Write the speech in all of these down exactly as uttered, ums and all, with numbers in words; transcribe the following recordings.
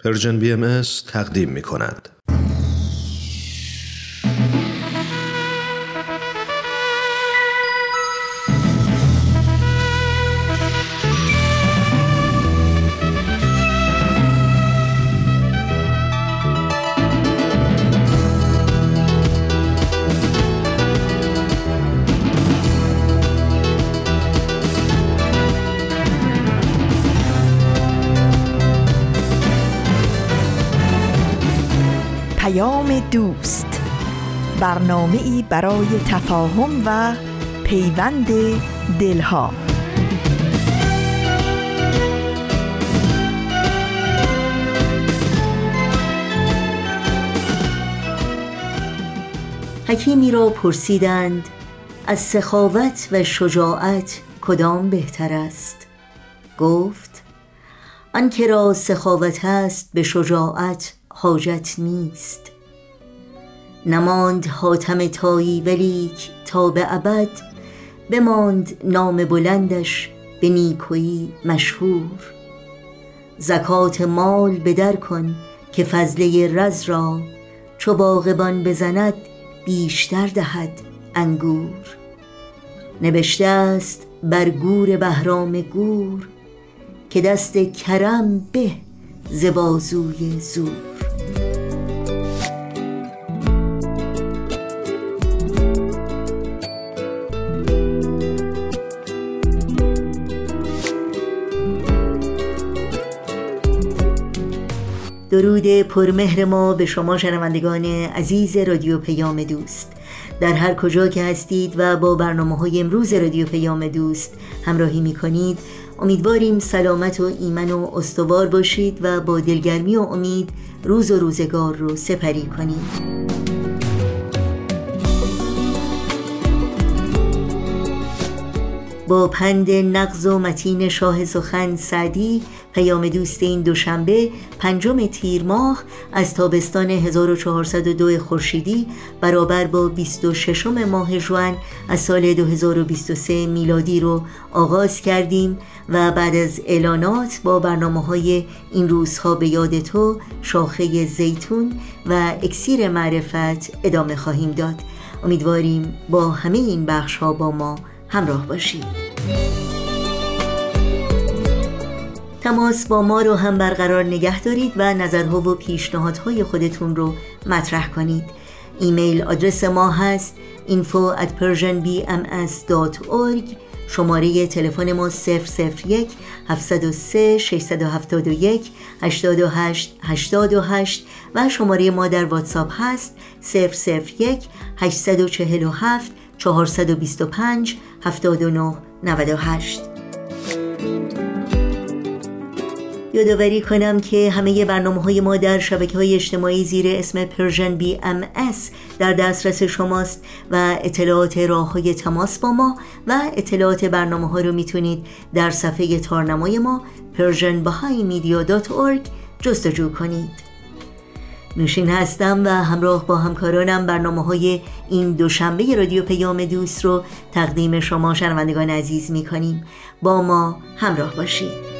پرژن بی ام اس تقدیم می کند. دوست، برنامه‌ای برای تفاهم و پیوند دلها. حکیمی را پرسیدند از سخاوت و شجاعت کدام بهتر است؟ گفت آن که را سخاوت است به شجاعت حاجت نیست. نماند حاتم طایی ولیک تا به ابد، بماند نام بلندش به نیکویی مشهور. زکات مال بدر کن که فضله رز را، چو باغبان بزند بیشتر دهد انگور. نبشته است بر گور بهرام گور، که دست کرم به ز بازوی زور. درود پرمهر ما به شما شنوندگان عزیز رادیو پیام دوست، در هر کجا که هستید و با برنامه‌های امروز رادیو پیام دوست همراهی می‌کنید. امیدواریم سلامت و ایمن و استوار باشید و با دلگرمی و امید روز و روزگار رو سپری کنید. با پند نغز و متین شاه سخن سعدی، پیام دوست این دوشنبه پنجم تیر ماه از تابستان هزار و چهارصد و دو خورشیدی برابر با بیست و ششم ماه ژوئن از سال دو هزار و بیست و سه میلادی رو آغاز کردیم و بعد از اعلانات با برنامه‌های این روزها به یاد تو، شاخه زیتون و اکسیر معرفت ادامه خواهیم داد. امیدواریم با همه این بخش‌ها با ما همراه باشید. تماس با ما رو هم برقرار نگه دارید و نظرها و پیشنهادهای خودتون رو مطرح کنید. ایمیل آدرس ما هست info at persianbms dot org. شماره تلفن ما صفر صفر یک هفت صفر سه شش هفت یک هشت هشت هشت هشت و شماره ما در واتساپ هست صفر صفر یک هشت چهار هفت چهار دو پنج هفت نه نه هشت. یادآوری کنم که همه برنامه‌های ما در شبکه‌های اجتماعی زیر اسم پرژن بی ام اس در دسترس شماست و اطلاعات راه‌های تماس با ما و اطلاعات برنامه‌ها رو میتونید در صفحه تارنمای ما پرژن بهایی مدیا دات اورگ جستجو کنید. نوشین هستم و همراه با همکارانم برنامه‌های این دوشنبه رادیو پیام دوست رو تقدیم شما شنوندگان عزیز می‌کنیم. با ما همراه باشید.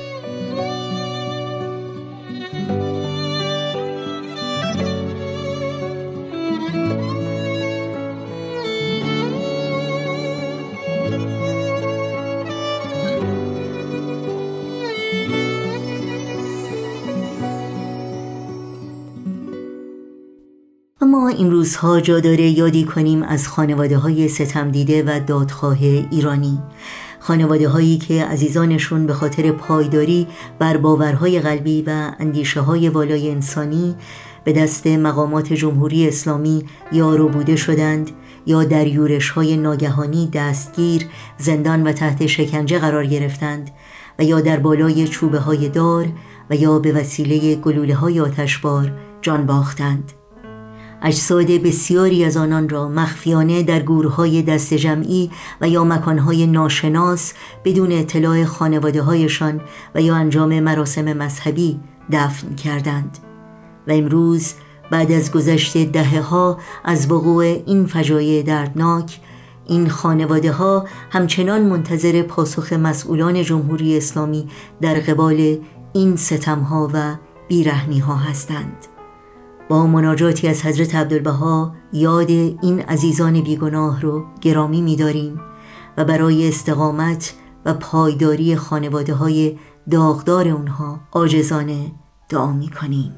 اما این روزها جا داره یادی کنیم از خانواده های ستم دیده و دادخواه ایرانی، خانواده هایی که عزیزانشون به خاطر پایداری بر باورهای قلبی و اندیشه های والای انسانی به دست مقامات جمهوری اسلامی یا ربوده شدند یا در یورش های ناگهانی دستگیر، زندان و تحت شکنجه قرار گرفتند و یا در بالای چوبه های دار و یا به وسیله گلوله های آتشبار جان باختند. اجساد بسیاری از آنان را مخفیانه در گورهای دست جمعی و یا مکانهای ناشناس بدون اطلاع خانواده‌هایشان و یا انجام مراسم مذهبی دفن کردند و امروز بعد از گذشت دهه‌ها از وقوع این فجایع دردناک، این خانواده‌ها همچنان منتظر پاسخ مسئولان جمهوری اسلامی در قبال این ستم‌ها و بیرحمی ها هستند. با مناجاتی از حضرت عبدالبها یاد این عزیزان بیگناه رو گرامی می‌داریم و برای استقامت و پایداری خانواده های داغدار اونها عاجزانه دعا می‌کنیم.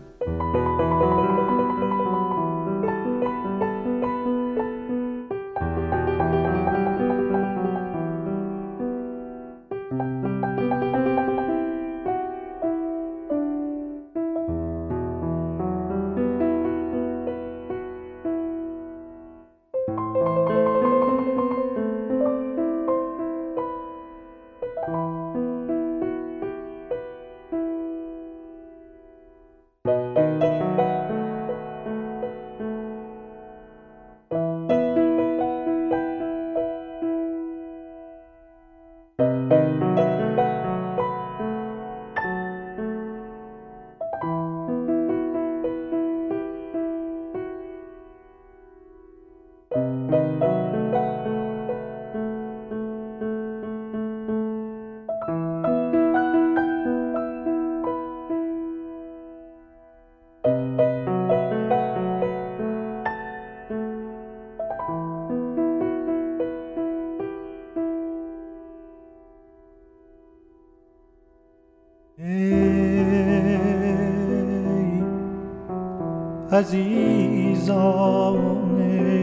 عزیزان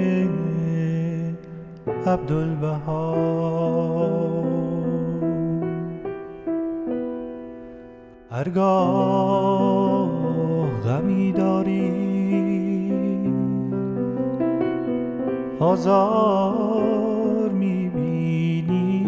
عبدالبها، هرگاه غمی داری آزار میبینی،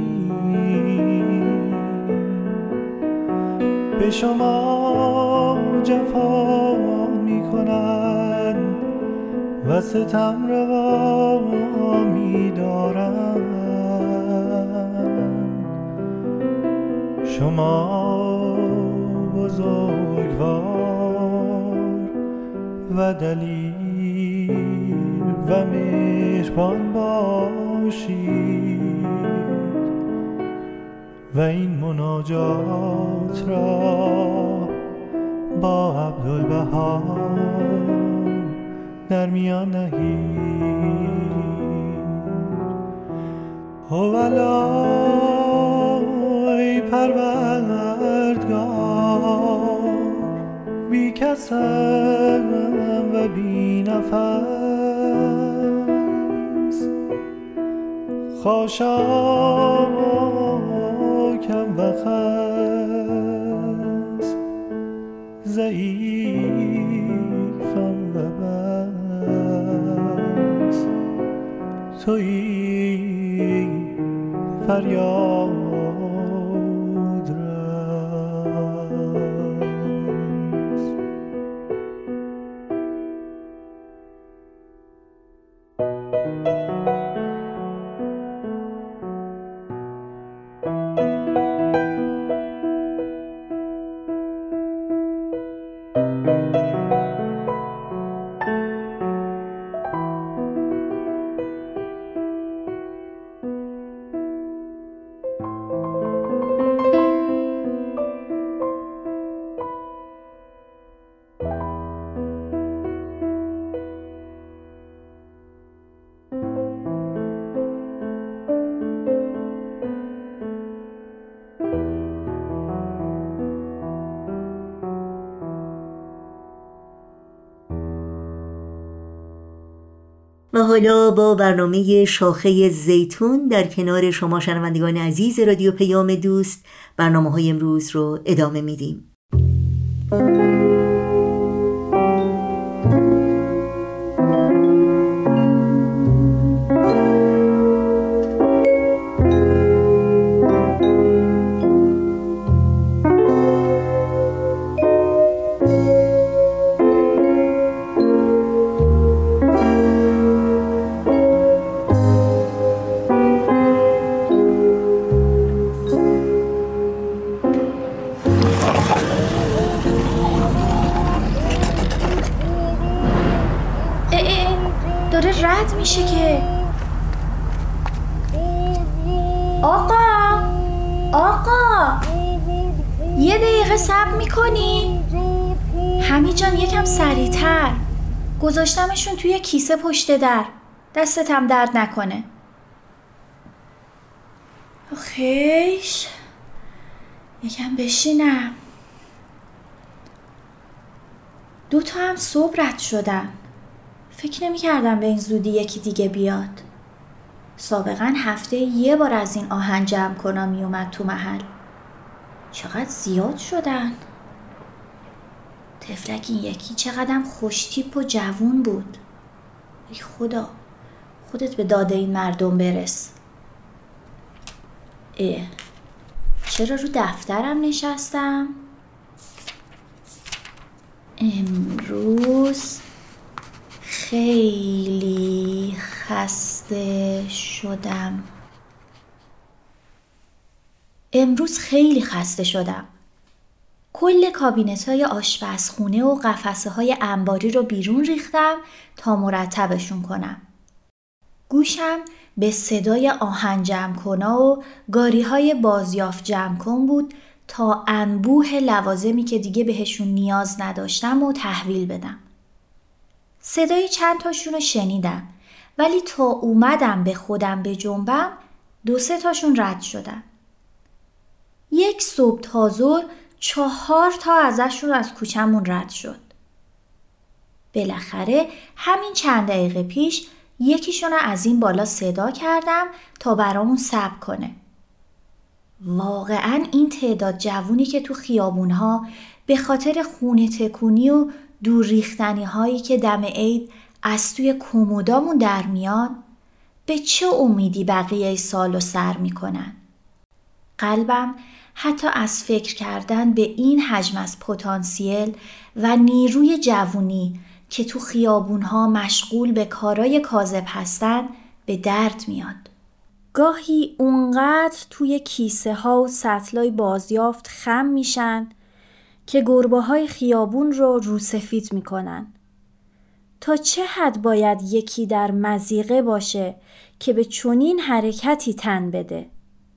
به شما جفا میکنند و ستم روا می‌دارند. شما بزرگوار و دلیر و مهربان باشید و این مناجات را با عبدالبها در میان نهید. هوالای پروردگار، بی کسم و بی نفس، خاشاکم و خس، ضعیفم و بس، تویی فریاد رس. و حالا با برنامه شاخه زیتون در کنار شما شنوندگان عزیز رادیو پیام دوست برنامه های امروز رو ادامه میدیم. رد میشه که آقا آقا یه دقیقه صبر میکنی؟ حمید جان یکم سریعتر. گذاشتمشون توی کیسه پشت در. دستت هم درد نکنه. خیش یکم بشینم. دو تا هم صبح رد شدن. فکر نمی کردم به این زودی یکی دیگه بیاد. سابقا هفته یه بار از این آهن جمع کنم می اومد تو محل. چقدر زیاد شدن. تفلک این یکی چقدر خوشتیپ و جوون بود. ای خدا، خودت به داده این مردم برس. اه، چرا رو دفترم نشستم؟ امروز خیلی خسته شدم. امروز خیلی خسته شدم. کل کابینت‌های آشپزخونه و قفسه‌های انباری رو بیرون ریختم تا مرتبشون کنم. گوشم به صدای آهن جمع کنا و گاری‌های بازیافت جمع کن بود تا انبوه لوازمی که دیگه بهشون نیاز نداشتم و تحویل بدم. صدای چند تاشون رو شنیدم، ولی تا اومدم به خودم بجنبم دو سه تاشون رد شدن. یک صبح تا ظهر چهار تا ازشون از کوچمون رد شد. بالاخره همین چند دقیقه پیش یکیشون از این بالا صدا کردم تا برامون صبر کنه. واقعاً این تعداد جوونی که تو خیابونها به خاطر خونه تکونی و دور ریختنی هایی که دم عید از توی کمدامون در میاد، به چه امیدی بقیه سالو سر میکنن؟ قلبم حتی از فکر کردن به این حجم از پتانسیل و نیروی جوونی که تو خیابونها مشغول به کارای کاذب هستن به درد میاد. گاهی اونقدر توی کیسه ها و سطلای بازیافت خم میشن که گربه های خیابون رو روسفید میکنن. تا چه حد باید یکی در مضیقه باشه که به چنین حرکتی تن بده؟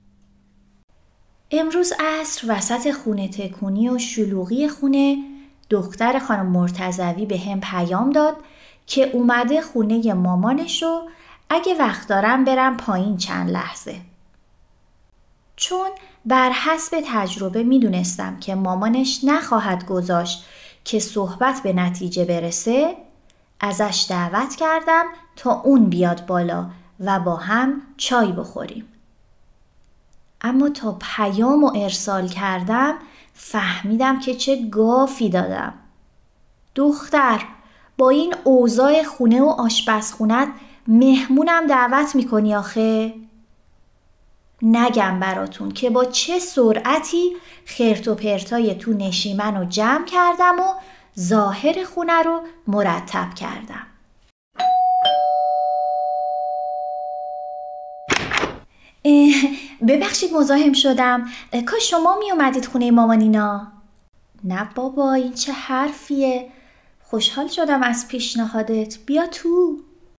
امروز عصر وسط خونه تکونی و شلوغی خونه دختر خانم مرتضوی به هم پیام داد که اومده خونه مامانشو، اگه وقت دارم برم پایین چند لحظه. چون بر حسب تجربه میدونستم که مامانش نخواهد گذاشت که صحبت به نتیجه برسه، ازش دعوت کردم تا اون بیاد بالا و با هم چای بخوریم. اما تا پیام و ارسال کردم فهمیدم که چه گافی دادم. دختر، با این اوضاع خونه و آشپزخونت مهمونم دعوت میکنی آخه؟ نگم براتون که با چه سرعتی خرت و پرتای تو نشیمن رو جمع کردم و ظاهر خونه رو مرتب کردم. ببخشید مزاحم شدم. کاش شما می اومدید خونه مامانینا. نه بابا، این چه حرفیه؟ خوشحال شدم از پیشنهادت. بیا تو.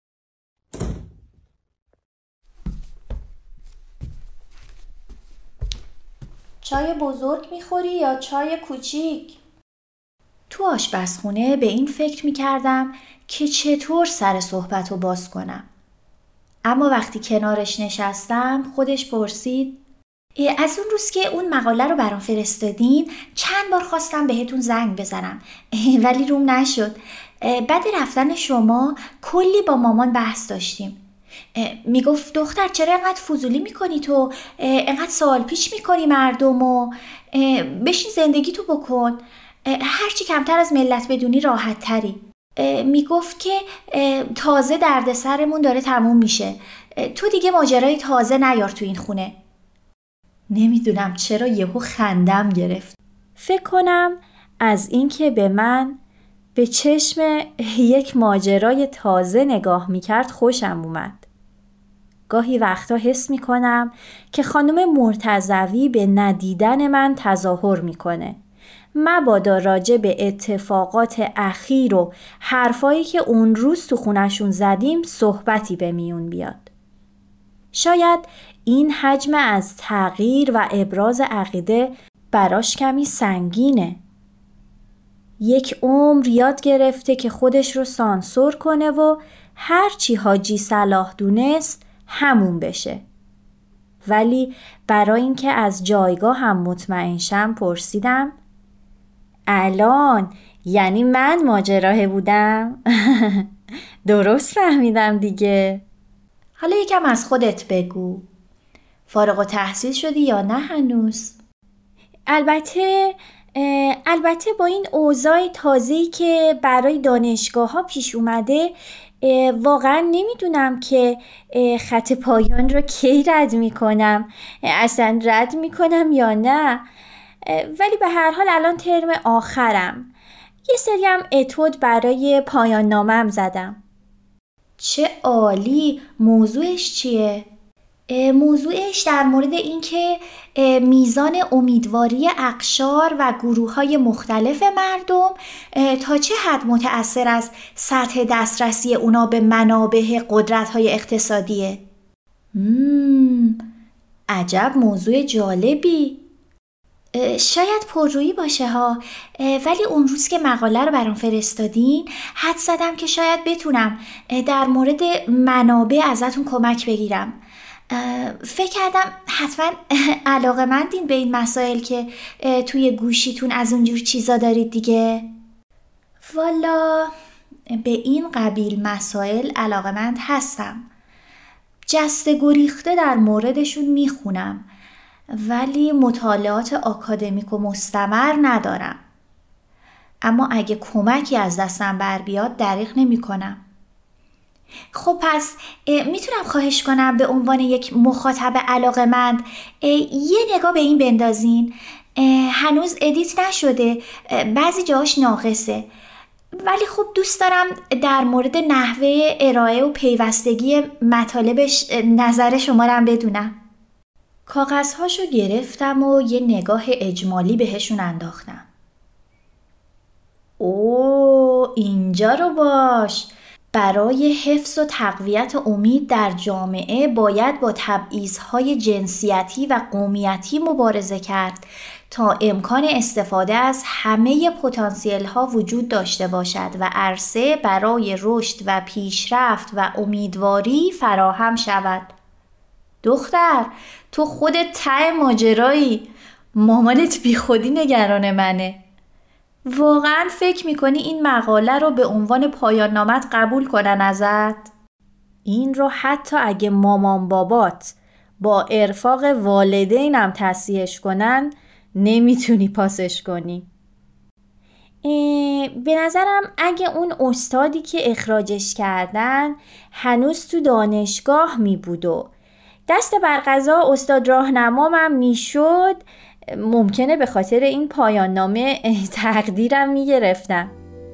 چای بزرگ میخوری یا چای کوچیک؟ تو آشپزخونه به این فکر میکردم که چطور سر صحبت رو باز کنم. اما وقتی کنارش نشستم خودش پرسید از اون روز که اون مقاله رو برام فرستادین چند بار خواستم بهتون زنگ بزنم ولی روم نشد. بعد رفتن شما کلی با مامان بحث داشتیم. میگفت دختر چرا اینقدر فضولی میکنی تو، اینقدر سوال پیچ میکنی مردم و بشین زندگی تو بکن، هرچی کمتر از ملت بدونی راحت تری. میگفت که تازه دردسرمون داره تموم میشه، تو دیگه ماجرای تازه نیار تو این خونه. نمیدونم چرا یهو خندم گرفت. فکر کنم از اینکه به من به چشم یک ماجرای تازه نگاه میکرد خوشم اومد. گاهی وقتا حس میکنم که خانم مرتضوی به ندیدن من تظاهر میکنه. مبادا راجع به اتفاقات اخیر و حرفایی که اون روز تو خونشون زدیم صحبتی به میون بیاد. شاید این حجم از تغییر و ابراز عقیده براش کمی سنگینه. یک عمر یاد گرفته که خودش رو سانسور کنه و هر چی حاجی صلاح دونست همون بشه. ولی برای اینکه از جایگاه هم مطمئن شم پرسیدم الان یعنی من ماجراه بودم؟ درست فهمیدم دیگه. حالا یکم از خودت بگو. فارغ التحصیل شدی یا نه هنوز؟ البته البته با این اوضاع تازه‌ای که برای دانشگاه ها پیش اومده واقعا نمیدونم که خط پایان رو کی رد میکنم، اصلا رد میکنم یا نه. ولی به هر حال الان ترم آخرم. یه سری هم اتود برای پایان نامم زدم. چه عالی! موضوعش چیه؟ موضوعش در مورد این که میزان امیدواری اقشار و گروه‌های مختلف مردم تا چه حد متأثر از سطح دسترسی اونا به منابع قدرت‌های اقتصادیه. مم، عجب موضوع جالبی. شاید پررویی باشه ها، ولی اون روز که مقاله رو برام فرستادین حد زدم که شاید بتونم در مورد منابع ازتون کمک بگیرم. فکر کردم حتما علاقه‌مندین به این مسائل که توی گوشیتون از اونجور چیزا دارید دیگه. والا به این قبیل مسائل علاقه‌مند هستم. جسته گریخته در موردشون میخونم، ولی مطالعات آکادمیک و مستمر ندارم. اما اگه کمکی از دستم بر بیاد دریغ نمی کنم. خب پس میتونم خواهش کنم به عنوان یک مخاطب علاقه‌مند یه نگاه به این بندازین؟ هنوز ادیت نشده، بعضی جاهاش ناقصه، ولی خب دوست دارم در مورد نحوه ارائه و پیوستگی مطالبش نظر شما رو هم بدونم. کاغذهاشو گرفتم و یه نگاه اجمالی بهشون انداختم. اوه اینجا رو باش. برای حفظ و تقویت امید در جامعه باید با تبعیض‌های جنسیتی و قومیتی مبارزه کرد تا امکان استفاده از همه پتانسیل‌ها وجود داشته باشد و عرصه برای رشد و پیشرفت و امیدواری فراهم شود. دختر تو خودت ته ماجرایی، مامانت بی خودی نگران منه. واقعا فکر میکنی این مقاله رو به عنوان پایان نامت قبول کنن ازت؟ این رو حتی اگه مامان بابات با ارفاق والدینم تصحیحش کنن نمیتونی پاسش کنی. به نظرم اگه اون استادی که اخراجش کردن هنوز تو دانشگاه می بود و دست بر قضا استاد راهنمامم می شد، ممکنه به خاطر این پایان نامه تقدیرم می گرفتم.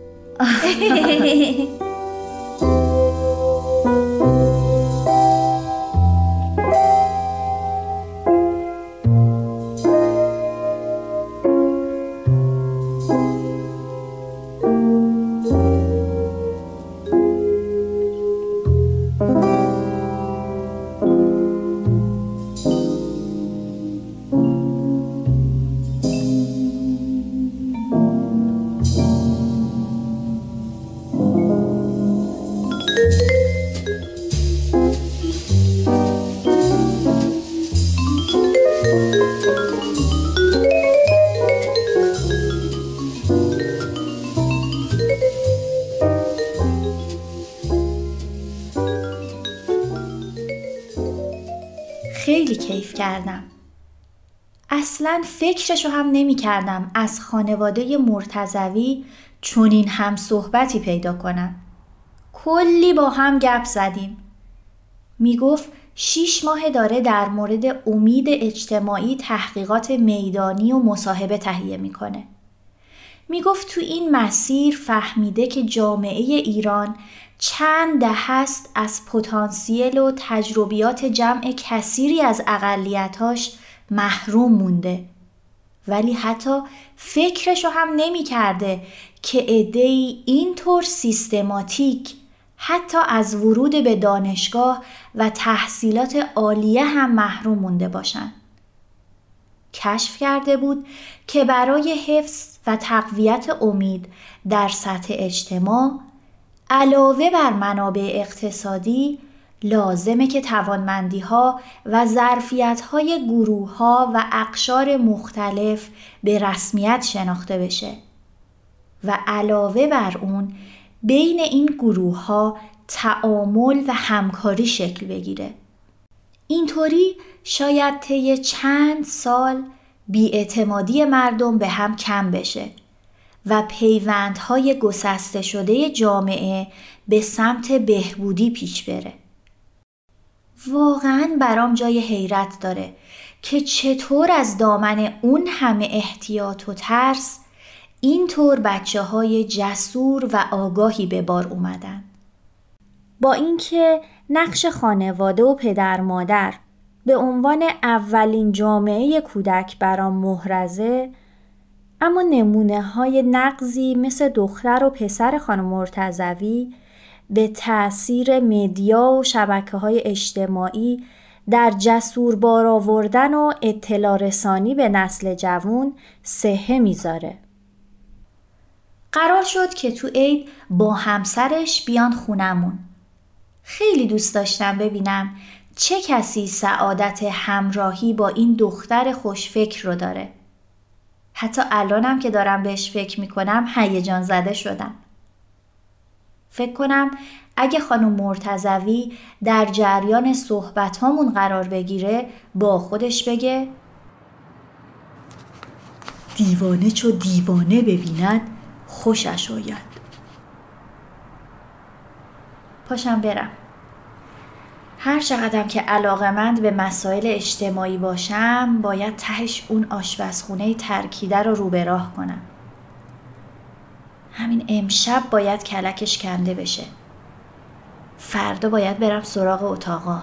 خیلی کیف کردم. اصلاً فکرشو هم نمی کردم از خانواده مرتضوی چنین هم صحبتی پیدا کنم. کلی با هم گپ زدیم. می گفت شیش ماه داره در مورد امید اجتماعی تحقیقات میدانی و مصاحبه تهیه می کنه. می گفت تو این مسیر فهمیده که جامعه ایران چند دهه است از پتانسیل و تجربیات جمع کثیری از اقلیت‌هاش محروم مونده، ولی حتی فکرشو هم نمی کرده که عده‌ای اینطور سیستماتیک حتی از ورود به دانشگاه و تحصیلات عالیه هم محروم مونده باشن. کشف کرده بود که برای حفظ و تقویت امید در سطح اجتماع علاوه بر منابع اقتصادی لازمه که توانمندی‌ها و ظرفیت‌های گروه‌ها و اقشار مختلف به رسمیت شناخته بشه و علاوه بر اون بین این گروه‌ها تعامل و همکاری شکل بگیره. اینطوری شاید طی چند سال بی‌اعتمادی مردم به هم کم بشه و پیوندهای گسسته شده جامعه به سمت بهبودی پیش بره. واقعاً برام جای حیرت داره که چطور از دامن اون همه احتیاط و ترس اینطور بچه های جسور و آگاهی به بار اومدن. با اینکه نقش خانواده و پدر مادر به عنوان اولین جامعه کودک برام محرزه، اما نمونه های نقضی مثل دختر و پسر خانم مرتضوی به تأثیر مدیا و شبکه های اجتماعی در جسور بار آوردن و اطلاع رسانی به نسل جوان صحه میذاره. قرار شد که تو عید با همسرش بیان خونمون. خیلی دوست داشتم ببینم چه کسی سعادت همراهی با این دختر خوشفکر رو داره. حتی الانم که دارم بهش فکر میکنم هیجان زده شدم. فکر کنم اگه خانم مرتضوی در جریان صحبت هامون قرار بگیره با خودش بگه دیوانه چو دیوانه ببیند خوشش آید. پاشم برم. هر چقدرم که علاقه‌مند به مسائل اجتماعی باشم باید تهش اون آشپزخونه ترکیده رو رو به راه کنم. همین امشب باید کلکش کنده بشه. فردا باید برم سراغ اتاقا.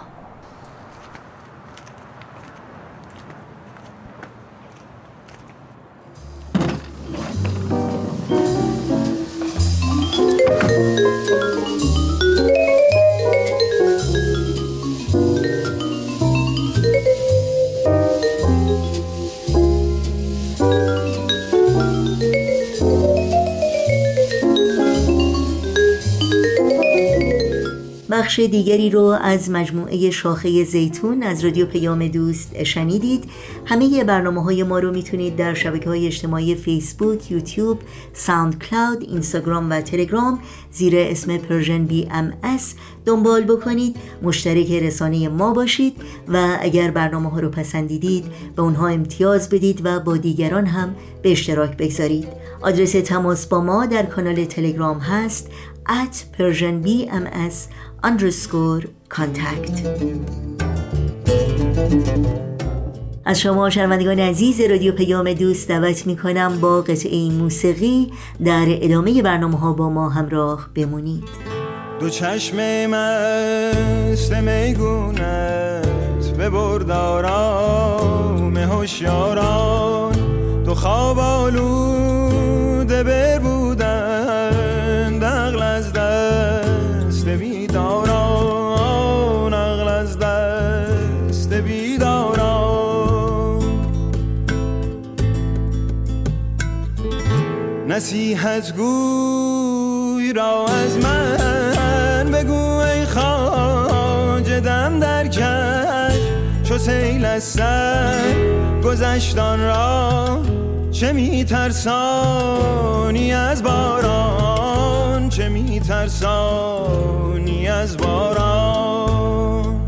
بخش دیگری رو از مجموعه شاخه زیتون از رادیو پیام دوست شنیدید. همه برنامه‌های ما رو میتونید در شبکه‌های اجتماعی فیسبوک، یوتیوب، ساوند کلاود، اینستاگرام و تلگرام زیر اسم پرژن بی ام اس دنبال بکنید، مشترک رسانه ما باشید و اگر برنامه‌ها رو پسندیدید به اونها امتیاز بدید و با دیگران هم به اشتراک بگذارید. آدرس تماس با ما در کانال تلگرام هست at persian b m s underscore contact. از شما شنوندگان عزیز رادیو پیام دوست دعوت می کنم با قطعه موسیقی در ادامه برنامه ها با ما همراه بمونید. دو چشم مست میگونت به بردارام هوشیاران، دو خواب آلوده بر بودن عقل از دست بیداران، عقل از دست بیداران. نصیحت گوی را از من بگو ای خواجه دم در کش، چو سیل از سر گذشتان را چه می ترسانی از باران، چه می ترسانی از باران.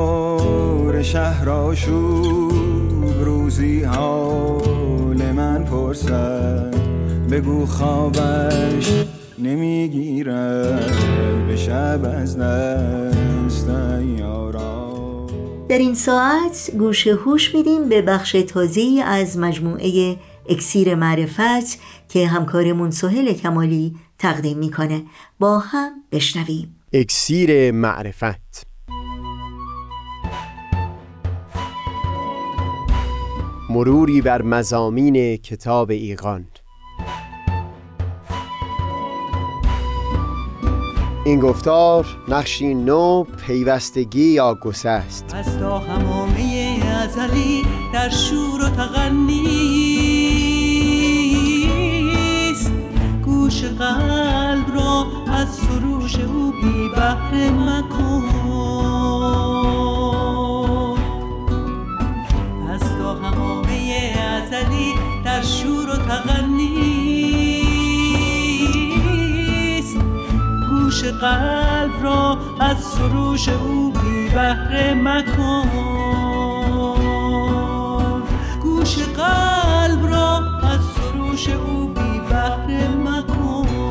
شهر آشوب روزی حال من میپرسد بگو خوابش نمیگیرد به شب از دست یارا. در این ساعت گوش هوش میدیم به بخش تازه‌ای از مجموعه اکسیر معرفت که همکارمون سهیل کمالی تقدیم میکنه. با هم بشنویم. اکسیر معرفت. مروری بر مضامین کتاب ایقان. این گفتار نقشی نو، پیوستگی یا گسه است. از تا همامه ازلی در شور و تغنیست، گوش قلب را از سروش او بی بهره مکن. از تا همامه ازلی در شور و تغنیست، گوش قلب را از سروش او بی بهره مکن. گوش قلب را از سروش او بی بهره مکن.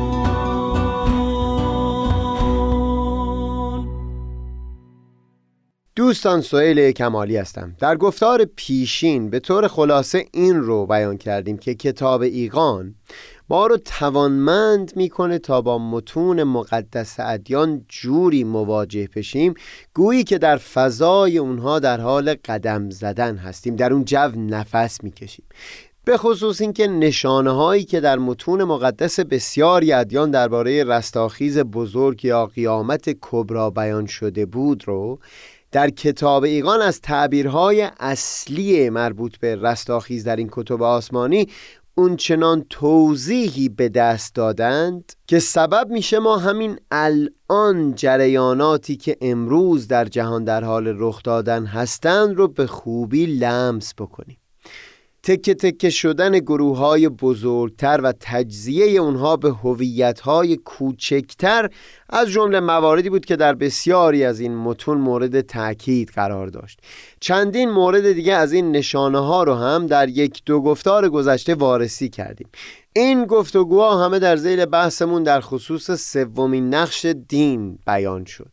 دوستان، سهیل کمالی هستم. در گفتار پیشین به طور خلاصه این رو بیان کردیم که کتاب ایقان ما رو توانمند میکنه تا با متون مقدس ادیان جوری مواجه بشیم گویی که در فضای اونها در حال قدم زدن هستیم، در اون جو نفس میکشیم. به خصوص این که نشانه هایی که در متون مقدس بسیاری ادیان درباره رستاخیز بزرگ یا قیامت کبری بیان شده بود رو در کتاب ایقان از تعبیرهای اصلی مربوط به رستاخیز در این کتب آسمانی اون چنان توضیحی به دست دادند که سبب میشه ما همین الان جریاناتی که امروز در جهان در حال رخ دادن هستند رو به خوبی لمس بکنیم. تکه تکه شدن گروه‌های بزرگتر و تجزیه اونها به هویت‌های کوچکتر از جمله مواردی بود که در بسیاری از این متون مورد تأکید قرار داشت. چندین مورد دیگه از این نشانه‌ها رو هم در یک دو گفتار گذشته وارسی کردیم. این گفتگوها همه در ذیل بحثمون در خصوص سومین نقش دین بیان شد.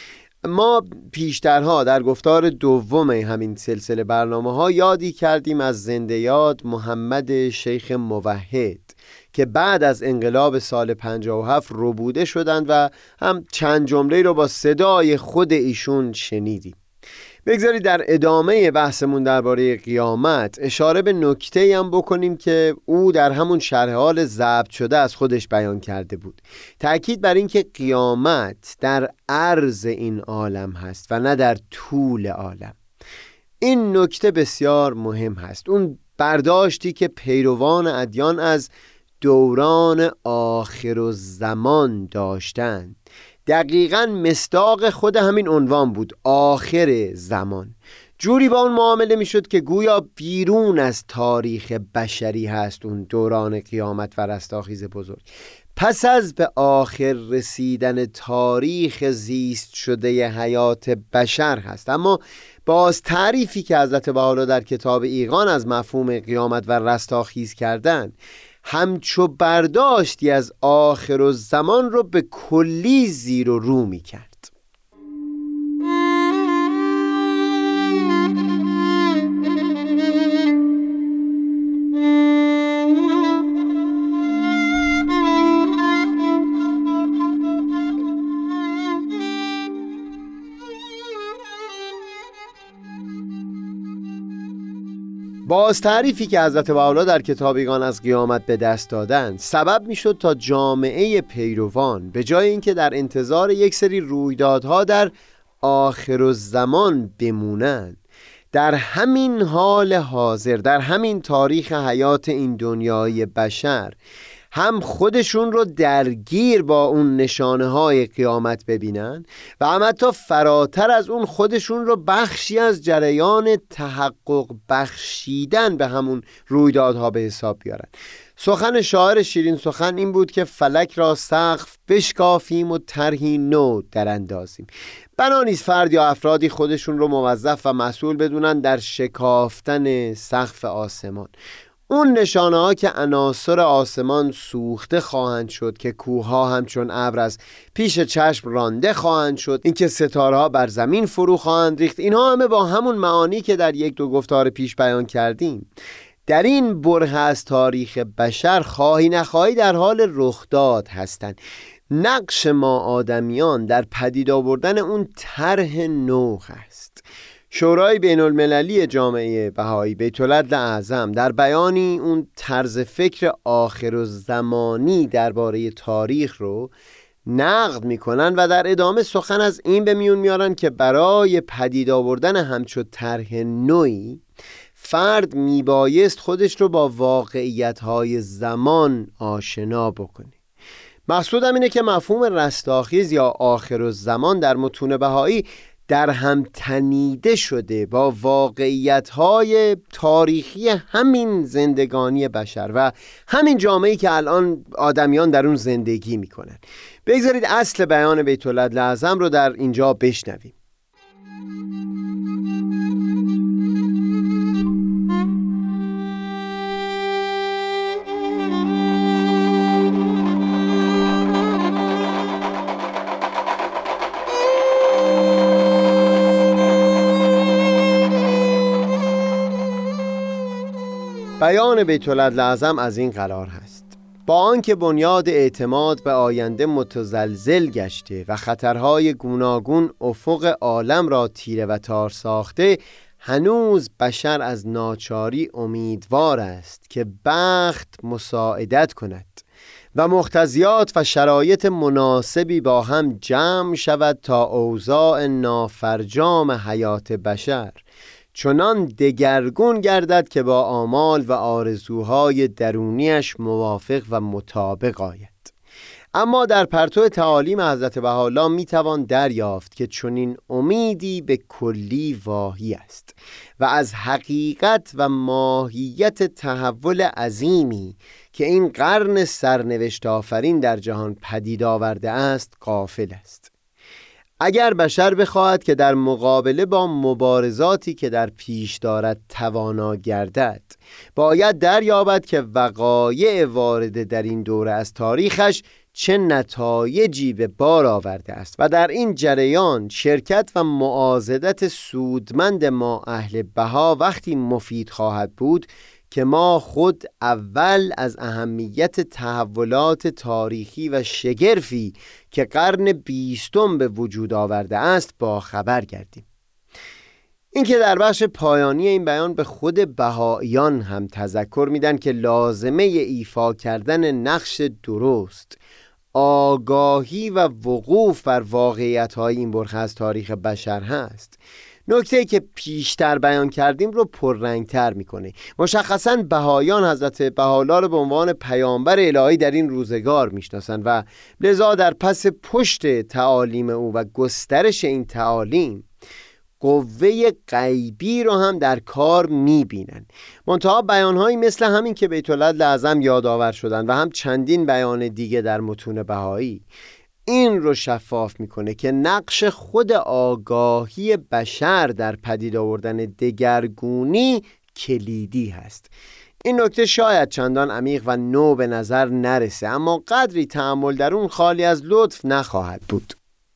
ما پیشترها در گفتار دوم همین سلسله برنامه ها یادی کردیم از زنده یاد محمد شیخ موحد که بعد از انقلاب سال پنجاه و هفت ربوده شدند و هم چند جمله رو با صدای خود ایشون شنیدیم. بگذارید در ادامه بحثمون درباره قیامت اشاره به نکته‌ای هم بکنیم که او در همون شرح حال ضبط شده از خودش بیان کرده بود. تأکید بر این که قیامت در عرض این عالم هست و نه در طول عالم. این نکته بسیار مهم هست. اون برداشتی که پیروان ادیان از دوران آخرالزمان داشتند دقیقاً مصداق خود همین عنوان بود، آخر زمان. جوری با اون معامله میشد که گویا بیرون از تاریخ بشری هست اون دوران قیامت و رستاخیز بزرگ. پس از به آخر رسیدن تاریخ زیست شده حیات بشر هست. اما باز تعریفی که حضرت بهاءالله در کتاب ایقان از مفهوم قیامت و رستاخیز کردن همچو برداشتی از آخرالزمان رو به کلی زیر و رو می کرد. باز تعریفی که حضرت بهاءالله در کتاب ایقان از قیامت به دست دادن سبب میشد تا جامعه پیروان به جای اینکه در انتظار یک سری رویدادها در آخرالزمان بمونند، در همین حال حاضر، در همین تاریخ حیات این دنیای بشر هم خودشون رو درگیر با اون نشانه های قیامت ببینن و هم حتی فراتر از اون خودشون رو بخشی از جریان تحقق بخشیدن به همون رویدادها به حساب بیارن. سخن شاعر شیرین سخن این بود که فلک را سقف بشکافیم و طرحی نو در اندازیم. بنا نیست فرد یا افرادی خودشون رو موظف و مسئول بدونن در شکافتن سقف آسمان. اون نشانه ها که عناصر آسمان سوخته خواهند شد، که کوهها همچون ابر از پیش چشم رانده خواهند شد، اینکه ستاره ها بر زمین فرو خواهند ریخت، اینها همه با همون معانی که در یک دو گفتار پیش بیان کردیم در این بره از تاریخ بشر خواهی نخواهی در حال رخداد هستند. نقش ما آدمیان در پدید آوردن اون طرح نو است. شورای بین المللی جامعه بهایی بیت العدل اعظم در بیانی اون طرز فکر آخرالزمانی درباره تاریخ رو نقد میکنن و در ادامه سخن از این به میون میارن که برای پدید آوردن همچو طرح نوعی فرد میبایست خودش رو با واقعیت‌های زمان آشنا بکنه. مقصودم اینه که مفهوم رستاخیز یا آخرالزمان در متون بهایی در هم تنیده شده با واقعیت‌های تاریخی همین زندگانی بشر و همین جامعه‌ای که الان آدمیان در اون زندگی میکنن. بگذارید اصل بیان بیت العدل اعظم رو در اینجا بشنویم. بیان بیت العدل اعظم از این قرار هست: با آنکه بنیاد اعتماد به آینده متزلزل گشته و خطرهای گوناگون افق عالم را تیره و تار ساخته، هنوز بشر از ناچاری امیدوار است که بخت مساعدت کند و مقتضیات و شرایط مناسبی با هم جمع شود تا اوضاع نافرجام حیات بشر چنان دگرگون گردد که با آمال و آرزوهای درونیش موافق و مطابق آید. اما در پرتو تعالیم حضرت بهاءالله می توان دریافت که چنین امیدی به کلی واهی است و از حقیقت و ماهیت تحول عظیمی که این قرن سرنوشت آفرین در جهان پدید آورده است غافل است. اگر بشر بخواهد که در مقابله با مبارزاتی که در پیش دارد توانا گردد، باید دریابد که وقایع وارده در این دوره از تاریخش چه نتایجی به بار آورده است و در این جریان شرکت و معاضدت سودمند ما اهل بها وقتی مفید خواهد بود که ما خود اول از اهمیت تحولات تاریخی و شگرفی که قرن بیستم به وجود آورده است با خبر گردیم. این که در بخش پایانی این بیان به خود بهائیان هم تذکر میدن که لازمه ایفا کردن نقش درست، آگاهی و وقوف بر واقعیت‌های این برخه از تاریخ بشر هست، نکته‌ای که پیشتر بیان کردیم رو پررنگتر میکنه. مشخصاً بهائیان حضرت بهاءالله رو به عنوان پیامبر الهی در این روزگار میشناسن و لذا در پس پشت تعالیم او و گسترش این تعالیم قوه غیبی رو هم در کار میبینن. منتها بیانهایی مثل همین که بیت العدل اعظم یادآور شدن و هم چندین بیان دیگه در متون بهایی این رو شفاف میکنه که نقش خود آگاهی بشر در پدید آوردن دگرگونی کلیدی هست. این نکته شاید چندان عمیق و نو به نظر نرسه، اما قدری تأمل در اون خالی از لطف نخواهد بود.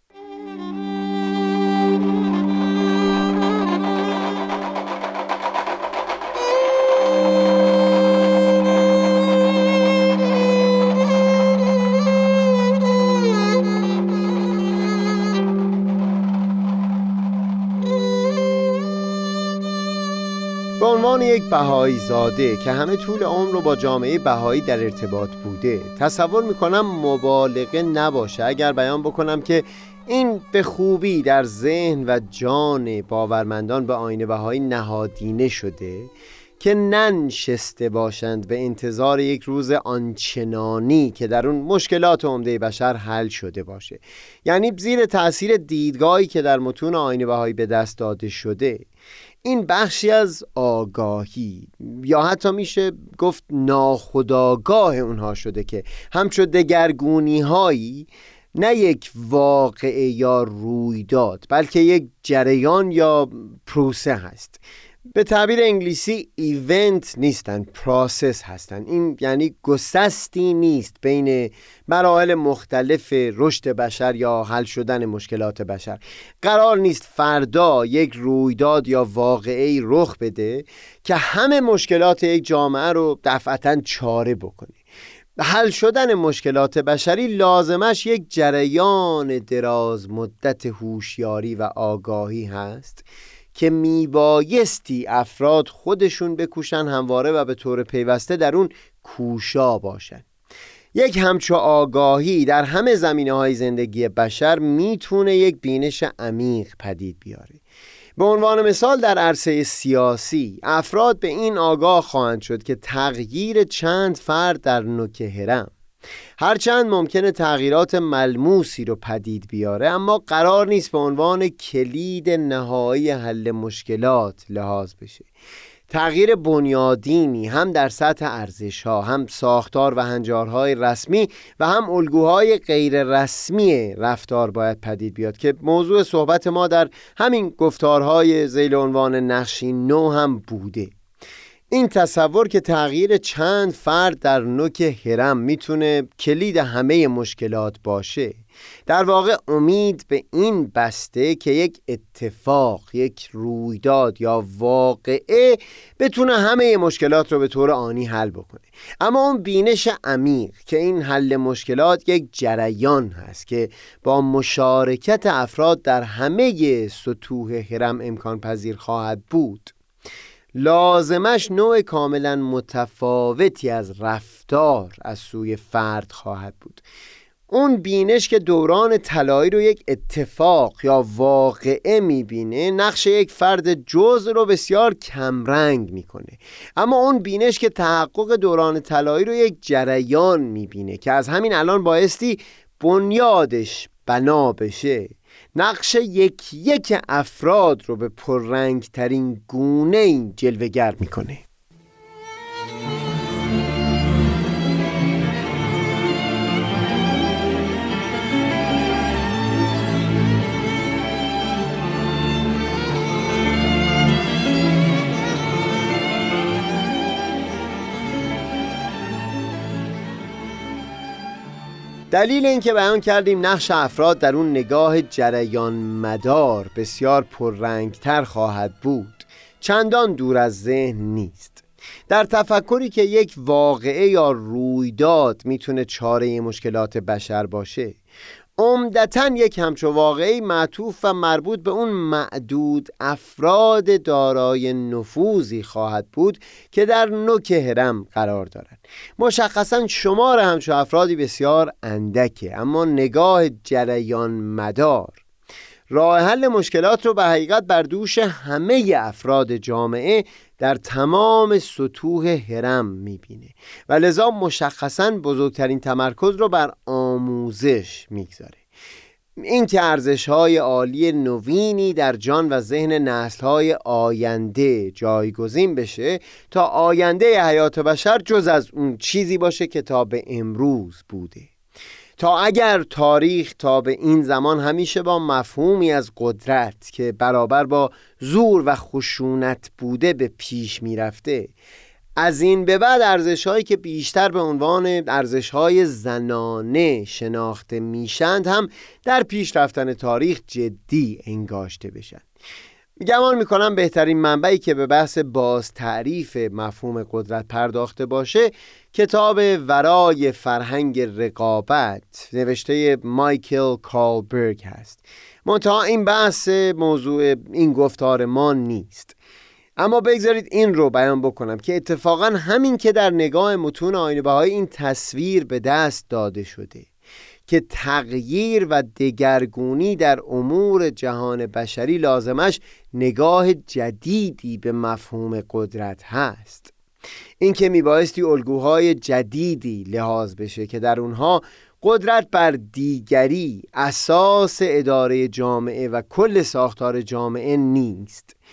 به عنوان یک بهایی زاده که همه طول عمر رو با جامعه بهایی در ارتباط بوده، تصور میکنم مبالغه نباشه اگر بیان بکنم که این به خوبی در ذهن و جان باورمندان به آیین بهایی نهادینه شده که ننشسته باشند به انتظار یک روز آنچنانی که در اون مشکلات عمده بشر حل شده باشه. یعنی زیر تأثیر دیدگاهی که در متون آیین بهایی به دست داده شده، این بخشی از آگاهی یا حتی میشه گفت ناخودآگاه اونها شده که همچون دگرگونی هایی نه یک واقعه یا رویداد بلکه یک جریان یا پروسه هست به تعبیر انگلیسی ایونت نیستن، پروسس هستن. این یعنی گسستی نیست بین مراحل مختلف رشد بشر یا حل شدن مشکلات بشر. قرار نیست فردا یک رویداد یا واقعه‌ای رخ بده که همه مشکلات یک جامعه رو دفعتاً چاره بکنه. حل شدن مشکلات بشری لازمش یک جریان دراز مدت هوشیاری و آگاهی هست که میبایستی افراد خودشون بکوشن همواره و به طور پیوسته در اون کوشا باشن. یک همچو آگاهی در همه زمینه‌های زندگی بشر میتونه یک بینش عمیق پدید بیاره. به عنوان مثال در عرصه سیاسی افراد به این آگاه خواهند شد که تغییر چند فرد در نوک هرم هرچند ممکنه تغییرات ملموسی رو پدید بیاره، اما قرار نیست به عنوان کلید نهایی حل مشکلات لحاظ بشه. تغییر بنیادینی هم در سطح ارزش‌ها، هم ساختار و هنجارهای رسمی و هم الگوهای غیر رسمی رفتار باید پدید بیاد که موضوع صحبت ما در همین گفتارهای ذیل عنوان نقشی نو هم بوده. این تصور که تغییر چند فرد در نوک هرم میتونه کلید همه مشکلات باشه، در واقع امید به این بسته که یک اتفاق، یک رویداد یا واقعه بتونه همه مشکلات رو به طور آنی حل بکنه. اما اون بینش عمیق که این حل مشکلات یک جریان هست که با مشارکت افراد در همه سطوح هرم امکان پذیر خواهد بود، لازمش نوع کاملا متفاوتی از رفتار از سوی فرد خواهد بود. اون بینش که دوران طلایی رو یک اتفاق یا واقعه میبینه، نقش یک فرد جزء رو بسیار کمرنگ میکنه. اما اون بینش که تحقق دوران طلایی رو یک جریان میبینه که از همین الان بایستی بنیادش بنا بشه، نقش یک یک افراد رو به پررنگ ترین گونه جلوه‌گر میکنه. دلیل این که بیان کردیم نقش افراد در اون نگاه جریان مدار بسیار پررنگتر خواهد بود چندان دور از ذهن نیست. در تفکری که یک واقعه یا رویداد میتونه چاره مشکلات بشر باشه، عمدتاً یک همچو واقعی معطوف و مربوط به اون معدود افراد دارای نفوذی خواهد بود که در نوک هرم قرار دارند. مشخصاً شمار همچو افرادی بسیار اندکه، اما نگاه جریان مدار راه حل مشکلات رو به حقیقت بر دوش همه افراد جامعه در تمام سطوح هرم میبینه و لذا مشخصاً بزرگترین تمرکز رو بر آموزش میگذاره. این که ارزش‌های عالی نوینی در جان و ذهن نسل‌های آینده جایگزین بشه تا آینده حیات بشر جز از اون چیزی باشه که تا به امروز بوده. تا اگر تاریخ تا به این زمان همیشه با مفهومی از قدرت که برابر با زور و خشونت بوده به پیش می رفته، از این به بعد ارزش‌هایی که بیشتر به عنوان ارزش‌های زنانه شناخته میشند هم در پیش رفتن تاریخ جدی انگاشته بشن. گمان میکنم بهترین منبعی که به بحث باز تعریف مفهوم قدرت پرداخته باشه کتاب ورای فرهنگ رقابت نوشته مایکل کارلبرگ هست. منتها این بحث موضوع این گفتار ما نیست، اما بگذارید این رو بیان بکنم که اتفاقا همین که در نگاه متون آیین بهایی این تصویر به دست داده شده که تغییر و دگرگونی در امور جهان بشری لازمش نگاه جدیدی به مفهوم قدرت هست. این که میبایستی الگوهای جدیدی لحاظ بشه که در اونها قدرت بر دیگری اساس اداره جامعه و کل ساختار جامعه نیست.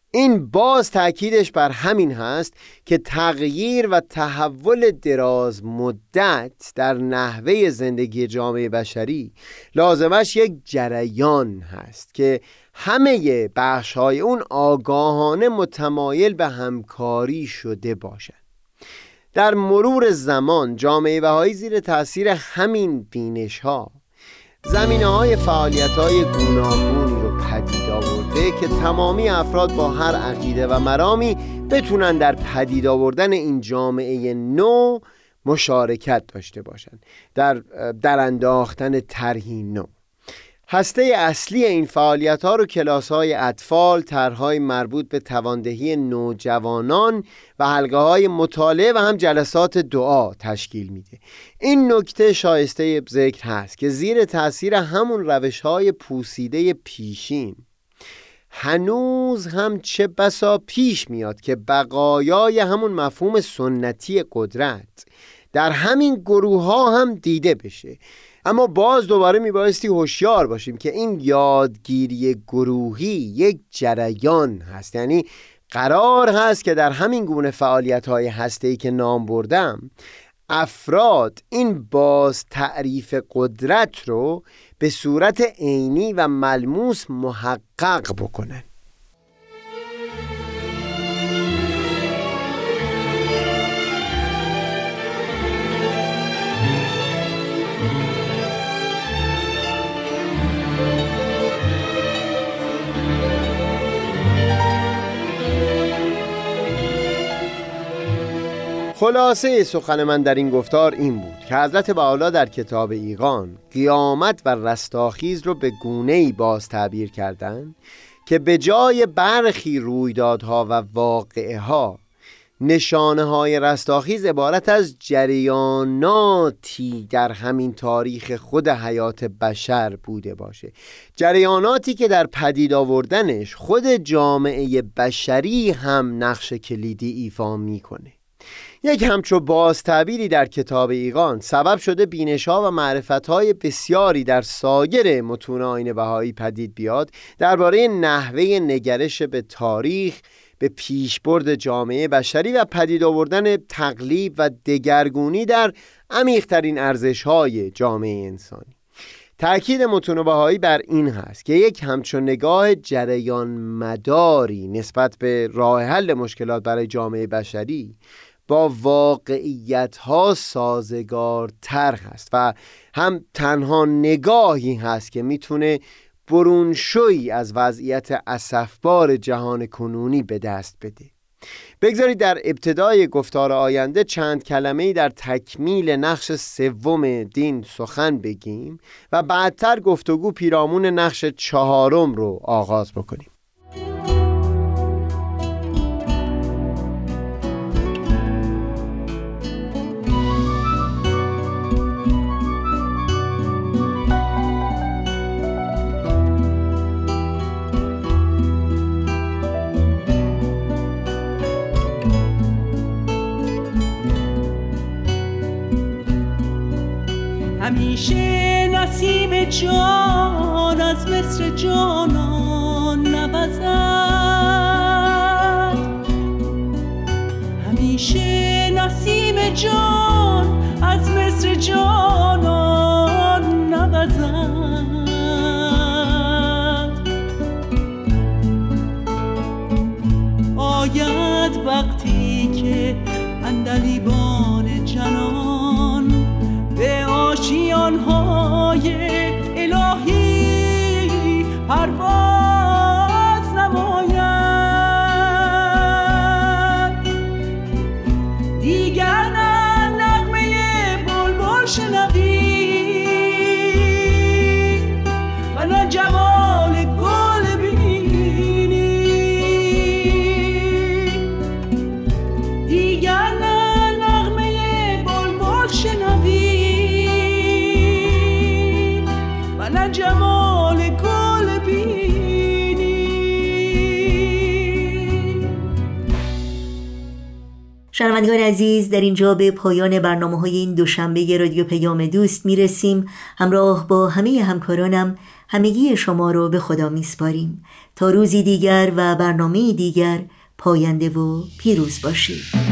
این باز تأکیدش بر همین هست که تغییر و تحول دراز مدت در نحوه زندگی جامعه بشری لازمش یک جریان هست که همه بخش‌های اون آگاهانه متمایل به همکاری شده باشند. در مرور زمان جامعه بهایی زیر تأثیر همین بینش‌ها زمینه‌های فعالیت‌های گوناگونی رو پدید آورده که تمامی افراد با هر عقیده و مرامی بتونن در پدید آوردن این جامعه نو مشارکت داشته باشند، در در انداختن طرحی نو. هسته اصلی این فعالیت‌ها رو کلاس‌های اطفال، طرح‌های مربوط به تواندهی نوجوانان و حلقه‌های مطالعه و هم جلسات دعا تشکیل میده. این نکته شایسته ذکر هست که زیر تأثیر همون روش‌های پوسیده پیشین هنوز هم چه بسا پیش میاد که بقایای همون مفهوم سنتی قدرت در همین گروه‌ها هم دیده بشه. اما باز دوباره میبایستی هوشیار باشیم که این یادگیری گروهی یک جریان هست، یعنی قرار هست که در همین گونه فعالیت‌های هسته‌ای که نام بردم افراد این باز تعریف قدرت رو به صورت عینی و ملموس محقق بکنن. خلاصه سخن من در این گفتار این بود که حضرت بهاءالله در کتاب ایقان قیامت و رستاخیز رو به گونه‌ای باز تعبیر کردند که به جای برخی رویدادها و واقعه‌ها نشانه های رستاخیز عبارت از جریاناتی در همین تاریخ خود حیات بشر بوده باشه، جریاناتی که در پدید آوردنش خود جامعه بشری هم نقش کلیدی ایفا میکنه. یک همچو باز تعبیری در کتاب ایقان سبب شده بینش‌ها و معرفت‌های بسیاری در سایر متون آیین بهایی پدید بیاد درباره نحوه نگرش به تاریخ، به پیشبرد جامعه بشری و پدید آوردن تقلیب و دگرگونی در عمیق‌ترین ارزش‌های جامعه انسانی. تأکید متون بهایی بر این هست که یک همچون نگاه جریان مداری نسبت به راه حل مشکلات برای جامعه بشری با واقعیت‌ها سازگارتر هست و هم تنها نگاهی هست که میتونه برونشویی از وضعیت اسفبار جهان کنونی به دست بده. بگذارید در ابتدای گفتار آینده چند کلمه‌ای در تکمیل نقش سوم دین سخن بگیم و بعدتر گفتگو پیرامون نقش چهارم رو آغاز بکنیم. همیشه نسیم جان از مصر جانان نوزد، همیشه نسیم جان از مصر جانان نوزد. آید وقتی که عندلیبان جنان به آشیان‌های الهی پرواز نماید، دیگر نه نغمه بلبل شنوی و نه جمال گل بینی، دیگر نه نغمه بلبل شنوی نه جمال گل بینی. شنوندگان عزیز، در اینجا به پایان برنامه‌های این دوشنبه رادیو پیام دوست میرسیم. همراه با همه همکارانم همگی شما رو به خدا میسپاریم تا روزی دیگر و برنامه دیگر پاینده و پیروز باشید.